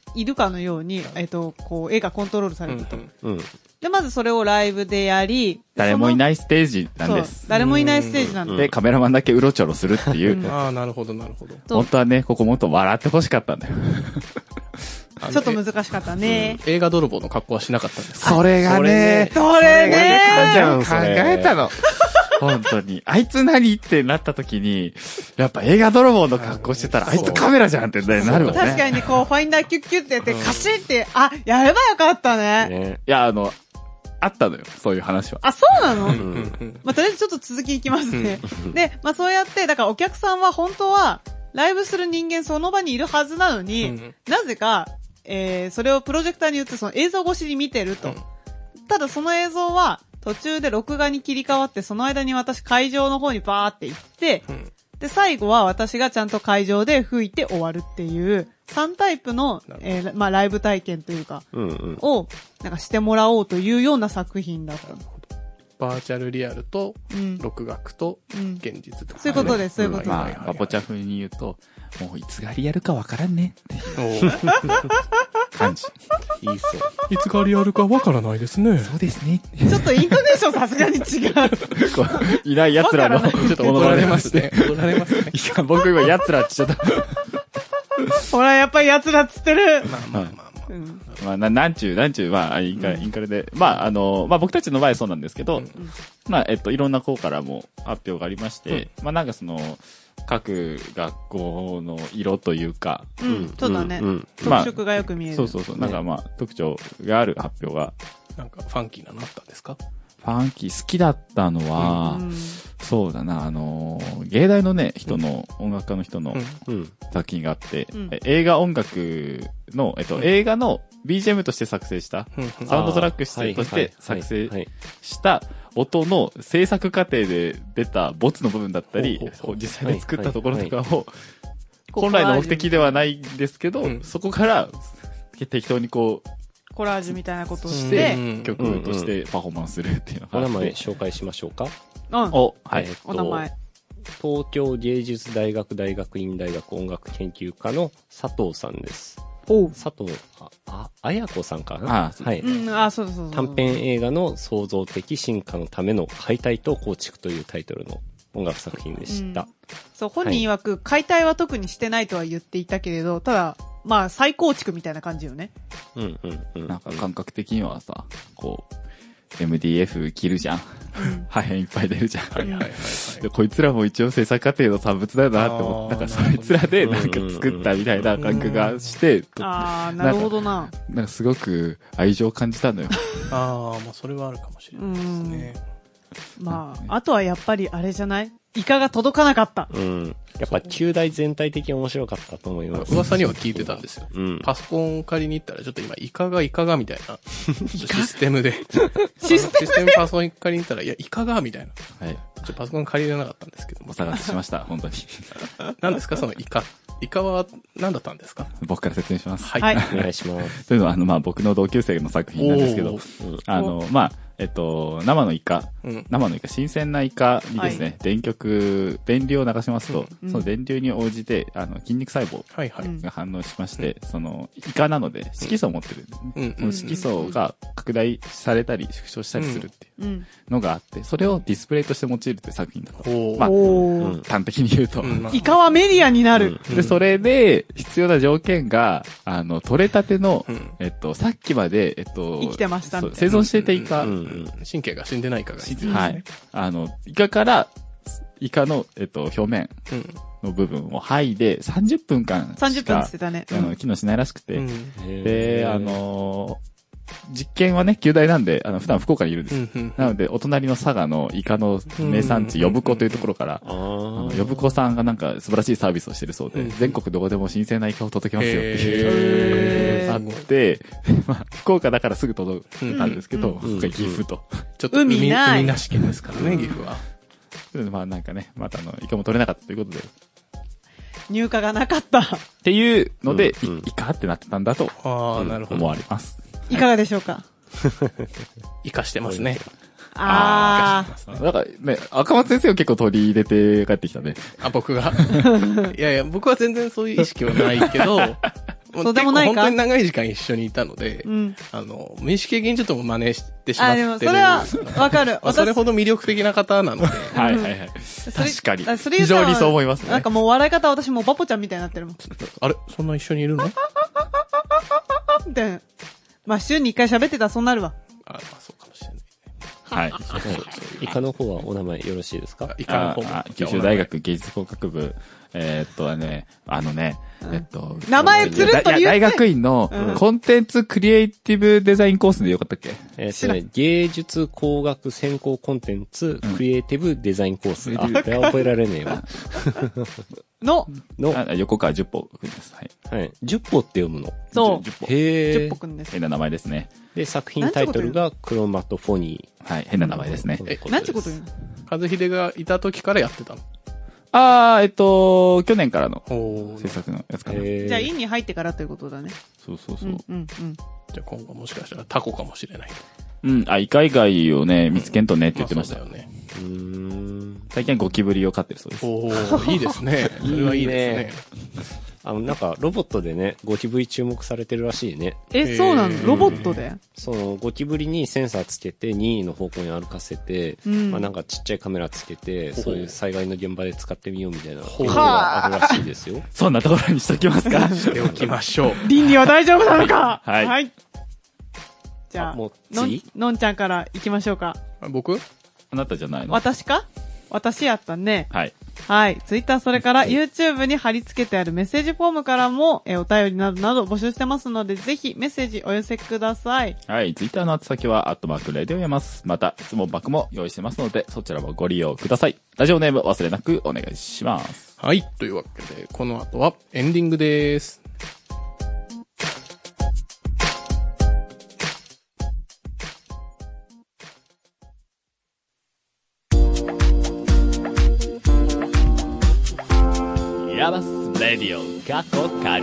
C: いるかのように、えっと、こう、絵がコントロールされると。
E: うん。
C: で、まずそれをライブでやり、
B: 誰もい
C: い
B: ないステージなんで
C: そう
B: す。
C: 誰もいないステージなんで。
B: で、カメラマンだけうろちょろするっていう。
D: ああ、なるほど、なるほど。
C: そう
B: 本当はね、ここもっと笑ってほしかったんだよ。
D: あの
C: ちょっと難しかったね。
D: え映画泥棒の格好はしなかったんですか？
B: それがね、
C: それね
E: じゃん、
B: 考
E: それ
B: えたの。本当に。あいつ何ってなった時に、やっぱ映画泥棒の格好してたら、あいつカメラじゃんってなるよね。
C: 確かにね、こう、ファインダーキュッキュッってやって、カシッって、あ、やればよかったね。
E: ね。
B: いや、あの、あったのよ、そういう話は。
C: あ、そうなの
E: うん。
C: まあ、とりあえずちょっと続きいきますね。で、まあ、そうやって、だからお客さんは本当は、ライブする人間その場にいるはずなのに、
D: うん
C: なぜか、えー、それをプロジェクターに映すその映像越しに見てると。
D: うん
C: ただその映像は、途中で録画に切り替わって、その間に私会場の方にバーって行って、
D: うん
C: で、最後は私がちゃんと会場で吹いて終わるっていう、さんタイプの、えー、まあ、ライブ体験というか、
E: うんうん。
C: を、なんかしてもらおうというような作品だった。
D: バーチャルリアルと、
C: うん。
D: 録画と、
C: うん。
D: 現実ってこと
C: そういうことです、そういうことです。
B: まあ、バポチャ風に言うと、もういつがりやるかわからんねっていう
D: おー
B: 感じ。
E: いいっすよ。
D: いつがリアルかわからないですね。
B: そうですね。
C: ちょっとイントネーションさすがに違う。
B: こういない奴らの、
C: わから
B: ちょっと
D: 怒られ
B: ま
D: ますね。怒られますね。
B: いや、僕今奴らって言っちゃった。
C: ほら、やっぱり奴らっつってる。
D: まあまあまあまあ。
C: うん。
B: まあ、な、なんちゅう、なんちゅう、まあ、インカレ、インカレで、まあ、あの、まあ僕たちの場合はそうなんですけど、まあ、えっと、いろんな校からも発表がありまして、まあなんかその、各学校の色というか、
C: うん、そうだね
E: うんうん。
C: 特色がよく見える。
B: そうそうそう、なんかまあ、特徴がある発表が、
D: なんかファンキーなのあったんですか？
B: ファンキー好きだったのは、
C: うん。
B: そうだな、あのー、芸大のね、人の、音楽家の人の
E: うん。
B: 作品があって、
C: うん
B: え映画音楽の、えっと、
D: うん
B: 映画の ビージーエム として作成した、
D: うんうん
B: サウンドトラックとして作成した音の制作過程で出たボツの部分だったり
D: ほうほうほう、
B: 実際に作ったところとかを、
C: こう
B: 本来の目的ではないんですけど、
D: うん
B: そこから適当にこう、
C: コラージュみたいなことをし
B: し
C: て、
B: て、曲としてパフォーマンスするっていうのがあって。
E: お名前紹介しましょうか。
C: うん。
B: お、はい
E: え。ーっと
C: お名前。
E: 東京芸術大学大学院大学音楽研究科の佐藤さんです。
C: おう。
E: 佐藤、あ、あ、あやこさんかな
B: あそう
E: はい。
C: うん、あ、そうそうそう。
E: 短編映画の創造的進化のための解体と構築というタイトルの音楽作品でした。
C: そう、本人曰く、解体は特にしてないとは言っていたけれど、ただ、まあ、再構築みたいな感じよね。
E: うんうんうん。
B: なんか感覚的にはさ、こう、エムディーエフ 切るじゃん。破片いっぱい出るじゃん。
D: はいはいはいはい。
B: で、こいつらも一応制作過程の産物だよなって思って、
D: あー
B: なんかそいつらでなんか作ったみたいな感覚がして、
C: ああ、なるほどな。
B: なんかすごく愛情を感じたのよ。
D: ああ、まあそれはあるかもしれないですね。
C: まあ、あとはやっぱりあれじゃない？イカが届かなかった。
E: うん。やっぱ、旧大全体的に面白かったと思います。
D: 噂には聞いてたんですよ。
E: うん。
D: パソコン借りに行ったら、ちょっと今、イカがイカがみたいな、システムで。
C: シス
D: テムシステムパソコン借りに行ったら、いや、イカがみたいな。
B: はい。
D: ちょっとパソコン借りれなかったんですけども
B: お。探ししました、本当に。
D: 何ですか、そのイカ。イカは何だったんですか？
B: 僕から説明します。
D: はい。
C: はい。
E: お願いします。
B: というのは、あの、まあ、僕の同級生の作品なんですけど
D: お、ー
B: あの、まあ、えっと、生のイカ、
D: うん。
B: 生のイカ、新鮮なイカにですね、
C: はい
B: 電極、電流を流しますと、
C: うん
B: その電流に応じて、あの、筋肉細胞
D: はいはい。
C: うん
B: が反応しまして、その、イカなので、色素を持ってるんですね。
D: うん
B: その色素が拡大されたり縮小したりするっていう
C: うん。
B: のがあって、それをディスプレイとして用いるって作品だと。
D: おー
B: まあ
C: おー。
B: 端的に言うと。
D: うんまあ
C: イカはメディアになる。
B: で、それで、必要な条件が、あの、取れたての、
D: うん
B: えっと、さっきまで、えっと、
C: 生きてました
B: そう
C: みたいな
B: 生存していたイカ、
E: うんうん。
D: 神経が死んでないイカが必要ですね。
B: はい。あの、イカから、イカの、えっと、表面
D: うん。
B: の部分を剥いでさんじゅっぷんかんしか。
C: さんじゅっぷんって言ってたね。
B: あの、機能しないらしくて。
D: うん。
B: で、あ、のー実験はね、旧大なんで、あの、普段福岡にいるんです。
D: うんうん。
B: なので、お隣の佐賀のイカの名産地、
D: うん
B: 呼子というところから、
E: あ
B: あの
E: ー
B: 呼子さんがなんか素晴らしいサービスをしてるそうで、
D: うん
B: 全国どこでも新鮮なイカを届けますよっていう。
C: へー
B: あって、まあ、福岡だからすぐ届くんですけど、
C: うん
B: 今回岐阜と。
D: ちょっと海、
C: 海ない
D: 海なし県ですからね、岐阜は。
B: まあなんかね、またあの、イカも取れなかったということで。っ
C: 入荷がなかった。
B: ていうので、
E: うんうん
B: いイカってなってたんだと
D: ああ、なるほ
B: 思
D: ど。
B: われます。
C: いかがでしょうか？
D: イカしてますね。
C: ああ。
B: だからね、赤松先生を結構取り入れて帰ってきたね。
D: あ、僕がいやいや、僕は全然そういう意識はないけど、
C: そうでもないか。
D: 結構本当に長い時間一緒にいたので、
C: うん。
D: あの、無意識的にちょっと真似してしまっ
C: あ、
D: てる。
C: でもそれは、わかる。
D: まあそれほど魅力的な方なので。
B: はいはいはい。
C: それ
B: 確かに
C: あそれ言ったら
B: 非常にそう思いますね
C: なんかもう笑い方私もうバポちゃんみたいになってるもん。
D: あれそんな一緒にいるの
C: みたいな。まあ、週に一回喋ってたらそうなるわ。
D: あ、まあそうかもしれない。
B: はい。
D: そうそうそう。
E: イカの方はお名前よろしいですか？
D: イカの方も
B: ああ九州大学芸術工学部、えーっとね、あのね、えっと、
C: 名前つるっと言って
B: いや大学院の
C: うん
B: コンテンツクリエイティブデザインコースでよかったっけ？
E: えっとね、芸術工学専攻コンテンツクリエイティブデザインコース。
B: うん
E: あ、これは覚えられねえわ。
C: の、
E: の、
B: あ横川十歩くんです。はい。
E: はい。じゅっぽって読むの。
C: そう。
B: 十歩。
E: へー
C: じゅっぽ。くんです。
B: 変な名前ですね。
E: で、作品タイトルがクロマトフォニ
B: はい。変な名前ですね。
E: ー。
C: なんちゅうこと言うの
D: 和秀がいた時からやってたの。
B: あー、えっと、去年からの
D: お
B: 制作のやつかな。
E: へー
C: じゃあ、院に入ってからということだね。
B: そうそうそう。
C: うん、うん、うん。
D: じゃあ今後もしかしたらタコかもしれない。
B: うん。あ、イカ以外をね、見つけんとねって言ってました。
D: あそうだよね。
E: うーん。
B: 最近はゴキブリを飼ってるそうです。
D: おー、いいですね。それはいいですね。
E: あの、なんか、ロボットでね、ゴキブリ注目されてるらしいね。
C: え、そうなのロボットで
E: その、ゴキブリにセンサーつけて、任意の方向に歩かせて、
C: うん
E: まあなんかちっちゃいカメラつけて、
D: ほう
E: そういう災害の現場で使ってみようみたいな
D: ほう
E: 研究があるらしいですよ。
B: そんなところにしときますか。
D: しておきましょう。
C: 倫理は大丈夫なのか
B: はい
C: はい。じゃあ、
E: あもう
C: のん
E: 次、
C: のんちゃんから行きましょうか。
D: 僕
B: あなたじゃないの？
C: 私か私やったね。
B: はい。
C: はい。ツイッター、それから YouTube に貼り付けてあるメッセージフォームからも、えーお便りなどなど募集してますので、ぜひメッセージお寄せください。
B: はい。ツイッターの宛先は、アットマークレディオやます。また、質問箱も用意してますので、そちらもご利用ください。ラジオネーム忘れなくお願いします。
D: はい。というわけで、この後はエンディングです。
A: ヤマスレディオ過去仮。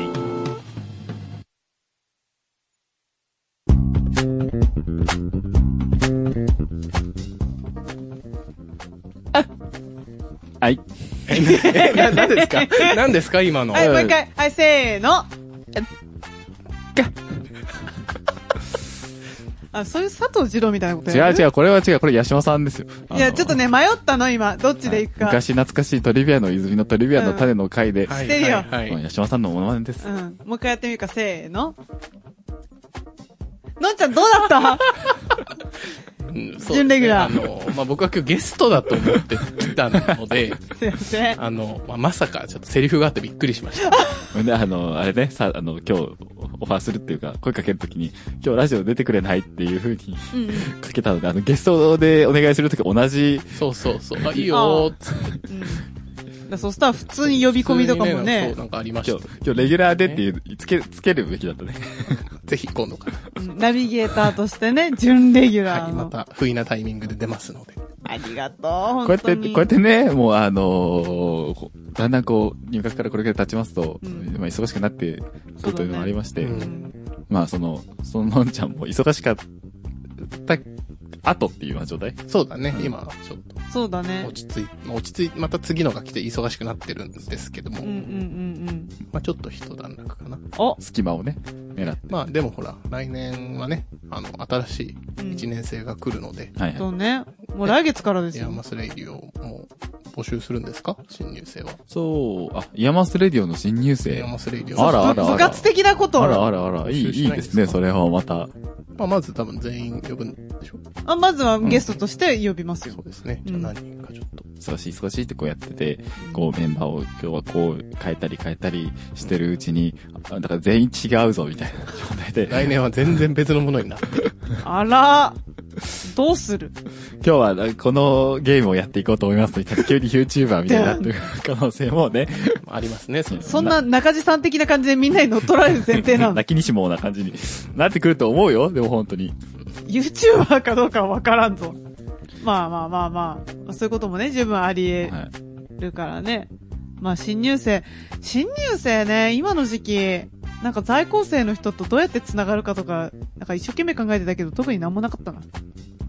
B: はい。
D: え、な、なんですか何ですか今の。
C: はい、もう一回。はい、せーの。あ、そういう佐藤二郎みたいなことやる
B: 違う違う、これは違う、これ八島さんですよ。
C: いや、ちょっとね、迷ったの、今。どっちで行くか。
B: 昔懐かしいトリビアの泉のトリビアの種の回で、
D: はい
C: 知ってるよ
D: はいはい
B: うん八島さんのモノマネです。
C: うん。もう一回やってみるか、せーの。のんちゃんどうだった
D: うんそう
C: 準レギュラー
D: ですねあの、まあ、僕は今日ゲストだと思って来たので、
C: すいません。
D: あの、まあ、まさかちょっとセリフがあってびっくりしました。
B: で、あの、あれね、さ、あの、今日、オファーするっていうか、声かけるときに、今日ラジオ出てくれないっていう風に
C: うんうん。
B: かけたので、あの、ゲストでお願いするとき同じ、
D: そうそうそう。あ、いいよーっつって。
C: うんだそしたら普通に呼び込みとかもね
D: そう、、なんかありまし
B: 今日
D: た。、
B: 今日レギュラーでっていう、つけ、つけるべきだったね。
D: ぜひ今度から。
C: うんナビゲーターとしてね、準レギュラ
D: はい、
C: ーの。
D: また、不意なタイミングで出ますので。
C: ありがとう、
B: こうや
C: 本
B: って、
C: 当に。
B: こうやってね、もうあのーこうだんだんこう、入学からこれくらい経ちますと、
C: うん
B: まあ忙しくなってくるというのもありまして、
D: そうだね
C: うん
B: まあその、そののんちゃんも忙しかった後っていうような状態
D: そうだね、今、ちょっと、
C: そうだね。
D: 落ち着い、まあ落ち着い、また次のが来て忙しくなってるんですけども、
C: うんうんうんうん。
D: まあちょっと一段落かな。
C: お
B: 隙間をね、狙って。
D: まあでもほら、来年はね、あの、新しい一年生が来るので、
B: はいはい。
C: そうね。もう来月からですよ。
D: イヤマスレイディオもう募集するんですか新入生は。
B: そう、あ、イヤマスレディオの新入
D: イ
B: 生
D: ヤ。マスレイディオ。
B: あらあらあら
C: 部活的なこと
B: あらあ
C: を。
B: らあら、いい、
D: 募集し
B: いいですね、
D: ないんですか
B: それはまた。
D: まあまず多分全員呼ぶんでしょ
C: あまずはゲストとして呼びますよ
D: そう。ですね。じゃあ何人かちょっと。
B: 忙しい忙しいってこうやってて、こうメンバーを今日はこう変えたり変えたりしてるうちに、あだから全員違うぞみたいな状態で、
D: 来年は全然別のものになってる。
C: あら、どうする
B: 今日はこのゲームをやっていこうと思いますみたいな、急に YouTuber みたいになってる可能性もね、
D: ありますね、それは
C: そんな中地さん的な感じでみんなに乗っ取られる前提なの。
B: 泣きにしもな感じになってくると思うよ、でも本当に。
C: YouTuber かどうかはわからんぞ。まあまあまあまあ、そういうこともね、十分あり
B: はい。
C: 得るからね。まあ新入生、新入生ね、今の時期、なんか在校生の人とどうやって繋がるかとか、なんか一生懸命考えてたけど、特になんもなかったな。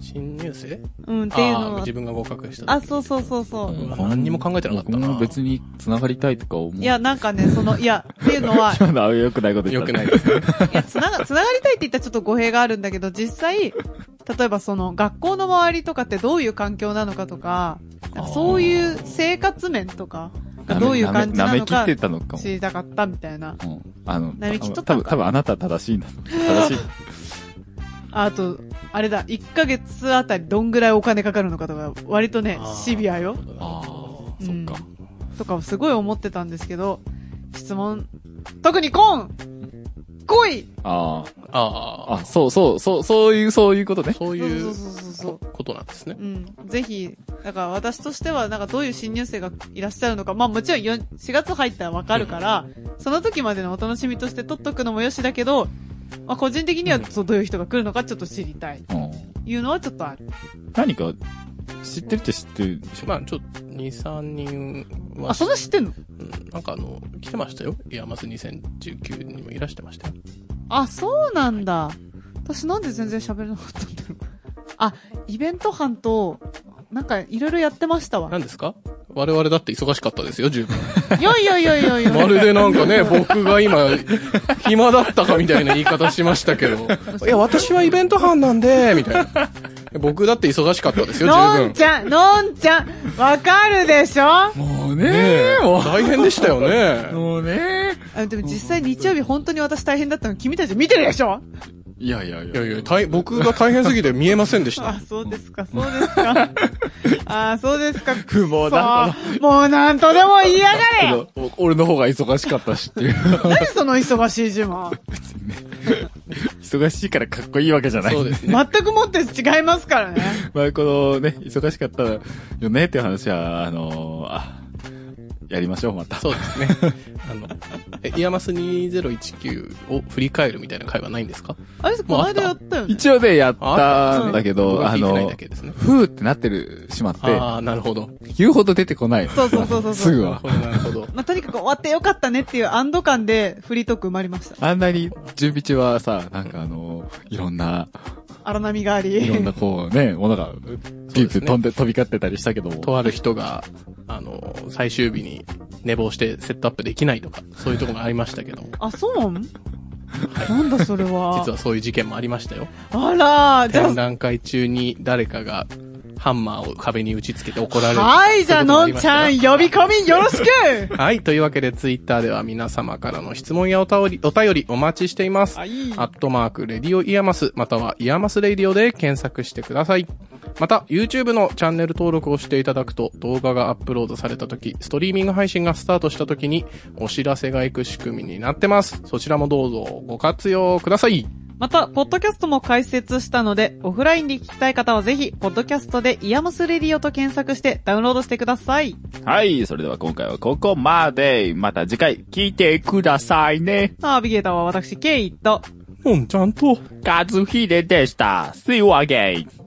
D: 新入生
C: うんっていうのは。
D: あ自分が合格した時。
C: あ、そうそうそうそう。
D: うん、何にも考えてなかったな。
B: 僕も別に繋がりたいとか思う。
C: いや、なんかね、その、いや、っていうのは、
B: 今のは良くないこと言った。
D: 良くないですね。
C: いや、つなが、つながりたいって言ったらちょっと語弊があるんだけど、実際、例えばその、学校の周りとかってどういう環境なのかとか、なんかそういう生活面とか、どういう感じなのか、
B: 舐めきってたのかも。
C: 知りたかったみたいな。
B: うん。あの、
C: 舐めきっとった
B: 多分、多分あなたは正しいんだ。正しい。
C: あと、あれだ、いっかげつあたりどんぐらいお金かかるのかとか、割とね、シビアよ。
B: ああ、そっか。
C: とかすごい思ってたんですけど、質問、特にコン来い
B: あ
D: あ。あ
B: あ。あ、そうそう、そう、そういう、そういうことね。
D: そういう
C: そうそうそうそう
D: ことなんですね。
C: うん。ぜひ、だから私としては、なんかどういう新入生がいらっしゃるのか、まあもちろんよしがつ入ったらわかるから、その時までのお楽しみとして取っとくのもよしだけど、まあ個人的にはそうどういう人が来るのかちょっと知りたい。
B: うん。
C: いうのはちょっとある。
B: 何か、知ってるって知ってるでしょ。
D: まあちょっと、に、さんにんは。
C: あ、そんな知ってんの？
D: うん。なんかあの、来てましたよ。イヤマスにせんじゅうきゅうにもいらしてましたよ。
C: あ、そうなんだ。私なんで全然喋れなかったんだろう。あ、イベント班と、なんかいろいろやってましたわ。
D: 何ですか？我々だって忙しかったですよ、十分。
C: いやいやいやいやいや。
D: まるでなんかね、僕が今、暇だったかみたいな言い方しましたけど。いや、私はイベント班なんで、みたいな。僕だって忙しかったですよ、十分。
C: のんちゃん、のんちゃん、わかるでしょ？
B: もう
D: ね
B: ね
D: え、大変でしたよね。
B: もうね
C: あ、でも実際日曜日本当に私大変だったの君たち見てるでしょ？
B: いやいやいや。
D: いやいや、大僕が大変すぎて見えませんでした
C: あ、。そうですか、そうですか。あ、そうですか。
B: 不毛だ。
C: そうもうなんとでも言いやがれよ。
B: お俺の方が忙しかったしっていう。
C: 何その忙しい自慢。
B: 忙しいからかっこいいわけじゃない。
D: そうですね。
C: 全くもって違いますからね。
B: まあ、このね、忙しかったよねっていう話は、あのー、あ、やりましょう、また。
D: そうですね。あの、え、イヤマスにせんじゅうきゅうを振り返るみたいな会はないんですか？
C: あれこの間やったよね。
B: 一応ね、やったんだけど、あ
D: あの、
B: の、ふーってなってる、しまって、
D: ああ、なるほど。
B: 言うほど出てこない。
C: そうそうそうそう。
B: すぐは。
D: なるほど。
C: まあ、とにかく終わってよかったねっていう安堵感でフリートーク埋まりました。
B: あんなに準備中はさ、なんかあの、いろんな、
C: 荒波があり。
B: いろんなこうね、ものが、ピューピュー飛んで、飛び交ってたりしたけども。
D: とある人が、あの、最終日に寝坊してセットアップできないとか、そういうところがありましたけども。
C: あ、そうなんなんだそれは。
D: 実はそういう事件もありましたよ。
C: あら、じゃあ。
D: 展覧会中に誰かがハンマーを壁に打ち付けて怒られる。
C: はい、じゃあのんちゃん呼び込みよろしく
D: はい、というわけでツイッターでは皆様からの質問やおたおり、お便りお待ちしています。
C: はい。
D: アットマークレディオイヤマス、またはイヤマスレディオで検索してください。また、YouTube のチャンネル登録をしていただくと、動画がアップロードされた時、ストリーミング配信がスタートした時に、お知らせが行く仕組みになってます。そちらもどうぞご活用ください。
C: また、ポッドキャストも開設したので、オフラインで聞きたい方はぜひ、ポッドキャストでイヤマスレディオと検索してダウンロードしてください。
B: はい、それでは今回はここまで。また次回聞いてくださいね。
C: ナビゲーターは私、ケイと、
D: うん、ちゃんと、
B: カズヒデでした。See you again.